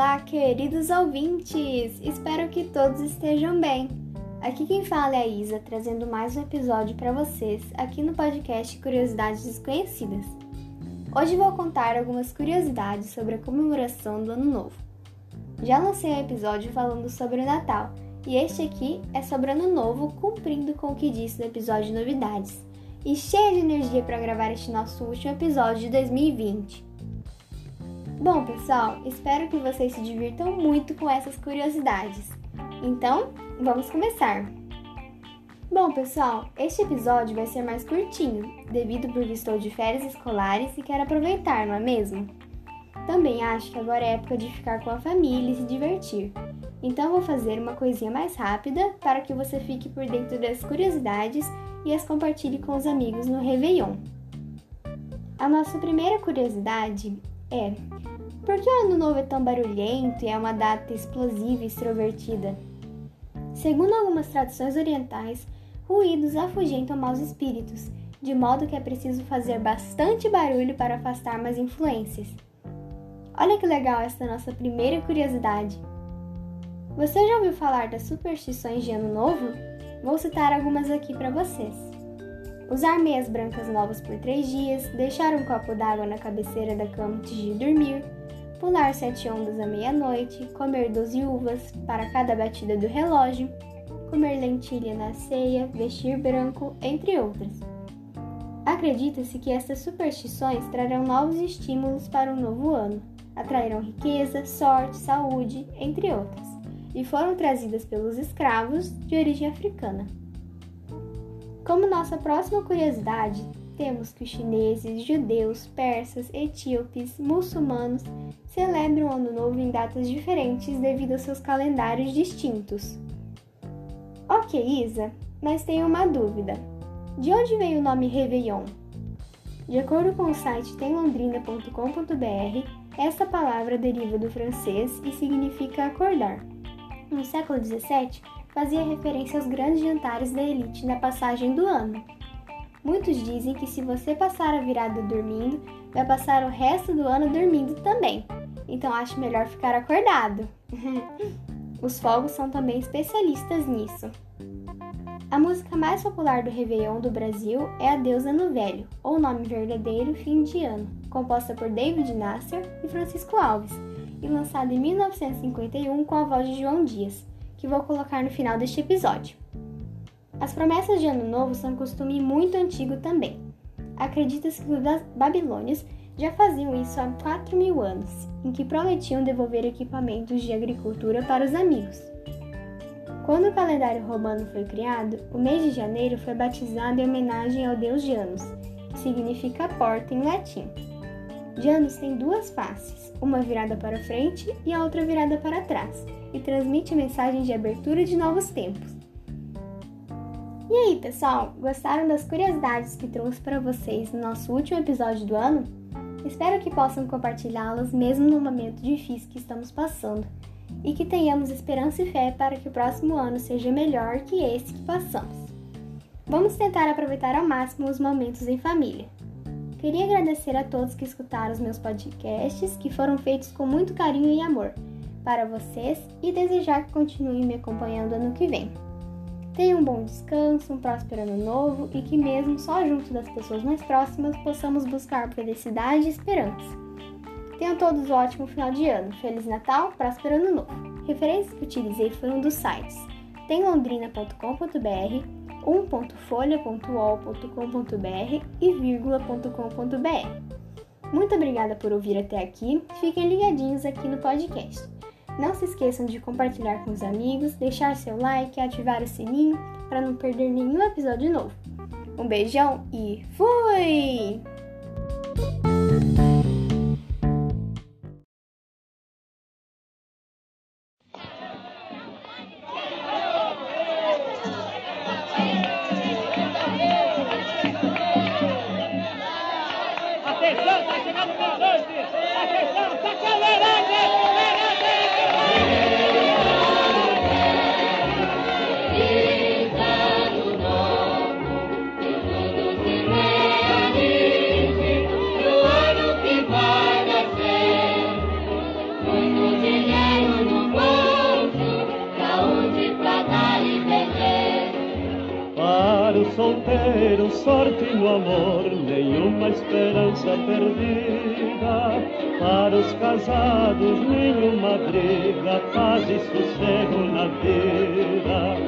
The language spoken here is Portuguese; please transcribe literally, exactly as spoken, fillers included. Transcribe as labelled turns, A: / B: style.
A: Olá, queridos ouvintes! Espero que todos estejam bem. Aqui quem fala é a Isa, trazendo mais um episódio para vocês aqui no podcast Curiosidades Desconhecidas. Hoje vou contar algumas curiosidades sobre a comemoração do Ano Novo. Já lancei um episódio falando sobre o Natal, e este aqui é sobre o Ano Novo, cumprindo com o que disse no episódio de Novidades, e cheia de energia para gravar este nosso último episódio de dois mil e vinte. Bom, pessoal, espero que vocês se divirtam muito com essas curiosidades. Então, vamos começar! Bom, pessoal, este episódio vai ser mais curtinho, devido porque estou de férias escolares e quero aproveitar, não é mesmo? Também acho que agora é época de ficar com a família e se divertir. Então vou fazer uma coisinha mais rápida para que você fique por dentro das curiosidades e as compartilhe com os amigos no Réveillon. A nossa primeira curiosidade é: por que o Ano Novo é tão barulhento e é uma data explosiva e extrovertida? Segundo algumas tradições orientais, ruídos afugentam maus espíritos, de modo que é preciso fazer bastante barulho para afastar más influências. Olha que legal essa nossa primeira curiosidade! Você já ouviu falar das superstições de Ano Novo? Vou citar algumas aqui para vocês. Usar meias brancas novas por três dias, deixar um copo d'água na cabeceira da cama antes de dormir, pular sete ondas à meia-noite, comer doze uvas para cada batida do relógio, comer lentilha na ceia, vestir branco, entre outras. Acredita-se que essas superstições trarão novos estímulos para um novo ano, atrairão riqueza, sorte, saúde, entre outras, e foram trazidas pelos escravos de origem africana. Como nossa próxima curiosidade, temos que os chineses, judeus, persas, etíopes, muçulmanos celebram o Ano Novo em datas diferentes devido aos seus calendários distintos. Ok, Isa, mas tenho uma dúvida. De onde veio o nome Réveillon? De acordo com o site tem londrina ponto com ponto b r, essa palavra deriva do francês e significa acordar. No século dezessete, fazia referência aos grandes jantares da elite na passagem do ano. Muitos dizem que se você passar a virada dormindo, vai passar o resto do ano dormindo também. Então acho melhor ficar acordado. Os fogos são também especialistas nisso. A música mais popular do Réveillon do Brasil é Adeus Ano Velho, ou nome verdadeiro Fim de Ano, composta por David Nasser e Francisco Alves, e lançada em mil novecentos e cinquenta e um com a voz de João Dias, que vou colocar no final deste episódio. As promessas de Ano Novo são um costume muito antigo também. Acredita-se que os babilônios já faziam isso há quatro mil anos, em que prometiam devolver equipamentos de agricultura para os amigos. Quando o calendário romano foi criado, o mês de janeiro foi batizado em homenagem ao deus Janus, que significa porta em latim. Janus tem duas faces, uma virada para frente e a outra virada para trás, e transmite a mensagem de abertura de novos tempos. E aí, pessoal, gostaram das curiosidades que trouxe para vocês no nosso último episódio do ano? Espero que possam compartilhá-las mesmo no momento difícil que estamos passando, e que tenhamos esperança e fé para que o próximo ano seja melhor que esse que passamos. Vamos tentar aproveitar ao máximo os momentos em família. Queria agradecer a todos que escutaram os meus podcasts, que foram feitos com muito carinho e amor para vocês, e desejar que continuem me acompanhando ano que vem. Tenham um bom descanso, um próspero ano novo e que mesmo só junto das pessoas mais próximas possamos buscar felicidade e esperança. Tenham todos um ótimo final de ano. Feliz Natal, próspero ano novo. Referências que utilizei foram dos sites tem londrina ponto com ponto b r, um ponto folha ponto u o l ponto com ponto b r e vírgula ponto com ponto b r. Muito obrigada por ouvir até aqui. Fiquem ligadinhos aqui no podcast. Não se esqueçam de compartilhar com os amigos, deixar seu like e ativar o sininho para não perder nenhum episódio novo. Um beijão e fui!
B: Atenção, tá chegando o meia-noite! Atenção, tá acelerando!
C: Vai nascer, muito de sorte no amor, nenhuma esperança perdida. Para os casados, nenhuma briga, paz e sossego na vida.